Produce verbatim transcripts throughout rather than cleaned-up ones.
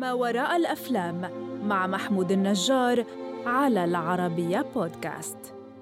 ما وراء الأفلام مع محمود النجار على العربية بودكاست.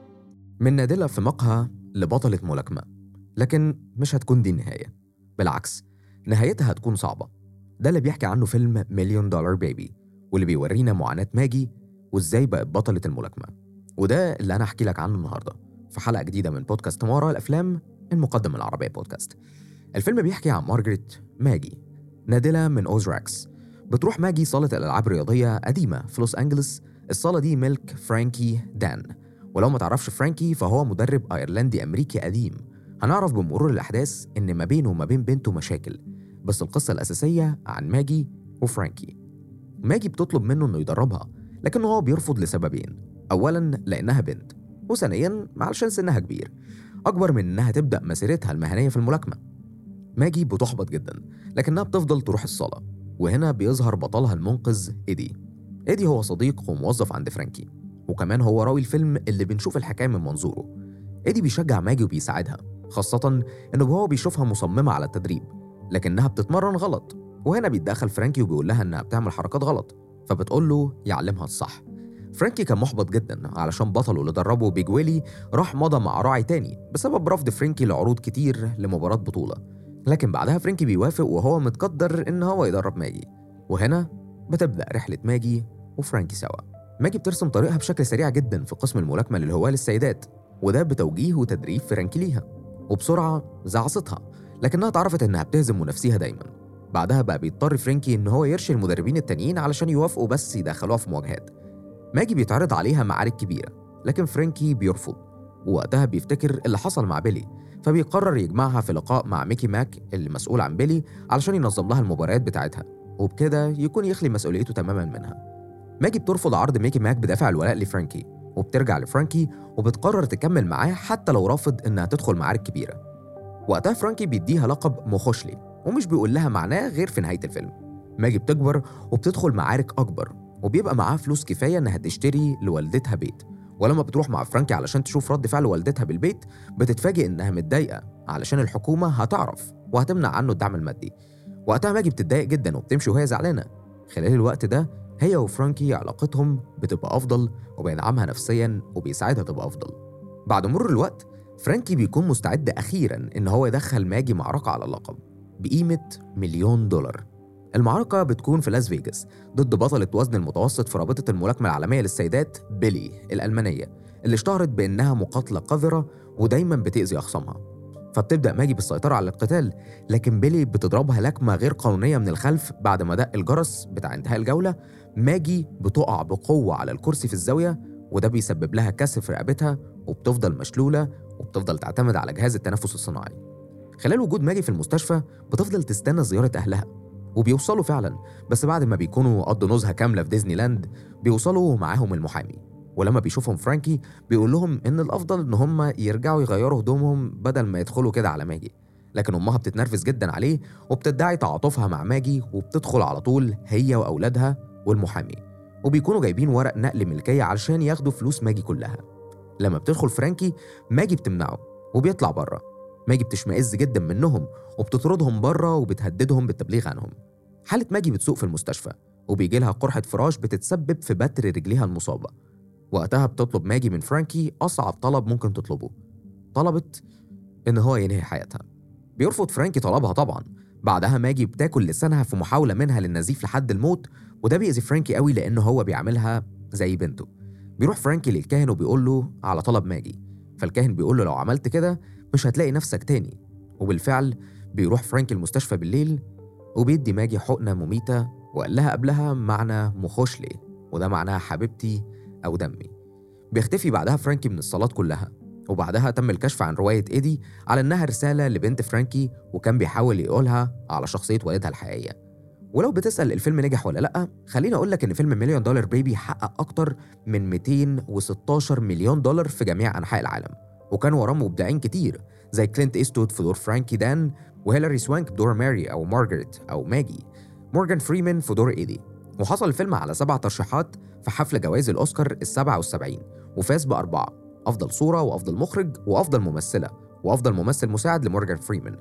من نادلة في مقهى لبطلة ملاكمة، لكن مش هتكون دي النهاية، بالعكس نهايتها هتكون صعبة. ده اللي بيحكي عنه فيلم مليون دولار بيبي، واللي بيورينا معاناة ماجي وإزاي بقت بطلة الملاكمة. وده اللي أنا أحكي لك عنه النهاردة في حلقة جديدة من بودكاست ما وراء الأفلام المقدم العربية بودكاست. الفيلم بيحكي عن مارغريت ماجي، نادلة من أوزراكس. بتروح ماجي صالة الألعاب الرياضية قديمة في لوس أنجلس. الصالة دي ملك فرانكي دان، ولو ما تعرفش فرانكي فهو مدرب أيرلندي أمريكي قديم. هنعرف بمرور الأحداث إن ما بينه وما بين بنته مشاكل، بس القصة الأساسية عن ماجي وفرانكي. ماجي بتطلب منه إنه يدربها، لكن هو بيرفض لسببين. أولاً لأنها بنت، وثانياً علشان سنها كبير، أكبر من إنها تبدأ مسيرتها المهنية في الملاكمة. ماجي بتحبط جداً، لكنها بتفضل تروح الصالة. وهنا بيظهر بطلها المنقذ إيدي. إيدي هو صديق وموظف عند فرانكي، وكمان هو راوي الفيلم اللي بنشوف الحكاية من منظوره. إيدي بيشجع ماجي وبيساعدها، خاصة إنه هو بيشوفها مصممة على التدريب لكنها بتتمرن غلط. وهنا بيتدخل فرانكي وبيقول لها إنها بتعمل حركات غلط، فبتقول له يعلمها الصح. فرانكي كان محبط جدا علشان بطله اللي دربه بيج ويلي راح مضى مع راعي تاني بسبب رفض فرانكي لعروض كتير لمباراة بطولة. لكن بعدها فرانكي بيوافق وهو متقدر إن هو يدرب ماجي. وهنا بتبدأ رحلة ماجي وفرانكي سوا. ماجي بترسم طريقها بشكل سريع جدا في قسم الملاكمة للهواة للسيدات، وده بتوجيه وتدريب فرانكي ليها. وبسرعة زعصتها، لكنها تعرفت إنها بتهزم منافسيها دايما. بعدها بقى بيضطر فرانكي إن هو يرشي المدربين التانيين علشان يوافقوا بس يدخلوها في مواجهات. ماجي بيتعرض عليها معارك كبيرة، لكن فرانكي بيرفض. ووقتها بيفتكر اللي حصل مع بيلي، فبيقرر يجمعها في لقاء مع ميكي ماك اللي مسؤول عن بيلي علشان ينظم لها المباريات بتاعتها، وبكده يكون يخلي مسؤوليته تماما منها. ماجي بترفض عرض ميكي ماك بدافع الولاء لفرانكي، وبترجع لفرانكي وبتقرر تكمل معاه حتى لو رافض إنها تدخل معارك كبيرة. وقتها فرانكي بيديها لقب مخوشلي، ومش بيقول لها معناه غير في نهاية الفيلم. ماجي بتكبر وبتدخل معارك أكبر، وبيبقى معاها فلوس كفاية إنها تشتري لوالدتها بيت. ولما بتروح مع فرانكي علشان تشوف رد فعل والدتها بالبيت، بتتفاجئ إنها متضايقة علشان الحكومة هتعرف وهتمنع عنه الدعم المادي. وقتها ماجي بتتضايق جدا وبتمشي وهي زعلانة. خلال الوقت ده هي وفرانكي علاقتهم بتبقى أفضل، وبيدعمها نفسيا وبيساعدها تبقى أفضل. بعد مرور الوقت فرانكي بيكون مستعد أخيراً إن هو يدخل ماجي معركة على اللقب بقيمة مليون دولار. المعركة بتكون في لاس فيجاس ضد بطلة وزن المتوسط في رابطة الملاكمة العالمية للسيدات بيلي الألمانية، اللي اشتهرت بأنها مقاتلة قذرة ودايماً بتأذي أخصامها. فبتبدأ ماجي بالسيطرة على القتال، لكن بيلي بتضربها لكمة غير قانونية من الخلف. بعد ما دق الجرس بتاع انتهاء الجولة، ماجي بتقع بقوة على الكرسي في الزاوية، وده بيسبب لها كسر في رقبتها، وبتفضل مشلولة وبتفضل تعتمد على جهاز التنفس الصناعي. خلال وجود ماجي في المستشفى بتفضل تستنى زيارة أهلها، وبيوصلوا فعلا، بس بعد ما بيكونوا قضوا نزهة كاملة في ديزني لاند بيوصلوا معاهم المحامي. ولما بيشوفهم فرانكي بيقول لهم إن الأفضل إن هم يرجعوا يغيروا هدومهم بدل ما يدخلوا كده على ماجي. لكن أمها بتتنرفز جدا عليه وبتدعي تعاطفها مع ماجي، وبتدخل على طول هي وأولادها والمحامي، وبيكونوا جايبين ورق نقل ملكية علشان ياخدوا فلوس ماجي كلها. لما بتدخل فرانكي ماجي بتمنعه وبيطلع بره. ماجي بتشمئز جدا منهم وبتطردهم بره وبتهددهم بالتبليغ عنهم. حالة ماجي بتسوء في المستشفى، وبيجي لها قرحة فراش بتتسبب في بتر رجليها المصابة. وقتها بتطلب ماجي من فرانكي أصعب طلب ممكن تطلبه. طلبت إن هو ينهي حياتها. بيرفض فرانكي طلبها طبعا. بعدها ماجي بتاكل لسانها في محاولة منها للنزيف لحد الموت، وده بيأذي فرانكي قوي لأنه هو بيعملها زي بنته. بيروح فرانكي للكاهن وبيقول له على طلب ماجي، فالكاهن بيقول له لو عملت كده مش هتلاقي نفسك تاني. وبالفعل بيروح فرانكي المستشفى بالليل وبيدي ماجي حقنة مميتة، وقال لها قبلها معنى مخوشلي، وده معناها حبيبتي أو دمي. بيختفي بعدها فرانكي من الصالات كلها. وبعدها تم الكشف عن رواية إيدي على إنها رسالة لبنت فرانكي، وكان بيحاول يقولها على شخصية والدها الحقيقية. ولو بتسأل الفيلم نجح ولا لأ، خليني أقولك إن فيلم مليون دولار بيبي حقق أكتر من مئتين وستاشر مليون دولار في جميع أنحاء العالم، وكان وراه مبدعين كتير زي كلينت إيستوود في دور فرانكي دان، وهيلاري سوانك بدور ماري أو مارغريت أو ماجي، مورغان فريمان في دور إيدي. وحصل الفيلم على سبع ترشيحات في حفل جوائز الأوسكار السبعة والسبعين، وفاز بأربعة: أفضل صورة، وأفضل مخرج، وأفضل ممثلة، وأفضل ممثل مساعد لمورغان فريمان.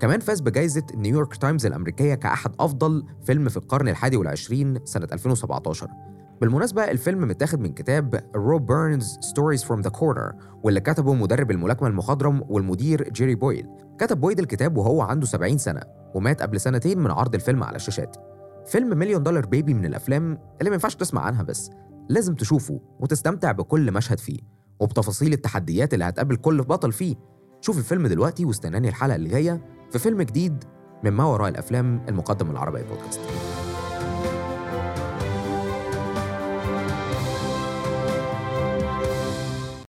كمان فاز بجائزة نيويورك تايمز الأمريكية كأحد أفضل فيلم في القرن الحادي والعشرين سنة ألفين وسبعتاشر. بالمناسبة الفيلم متاخد من كتاب روب بيرنز Stories from the Corner، واللي كتبه مدرب الملاكمة المخضرم والمدير جيري بويد. كتب بويد الكتاب وهو عنده سبعين سنة، ومات قبل سنتين من عرض الفيلم على الشاشات. فيلم مليون دولار بيبي من الأفلام اللي ما ينفعش تسمع عنها، بس لازم تشوفه وتستمتع بكل مشهد فيه وبتفاصيل التحديات اللي هتقابل كل بطل فيه. شوف الفيلم دلوقتي واستناني الحلقة اللي جاية في فيلم جديد من ما وراء الأفلام المقدم من العربية بودكاست.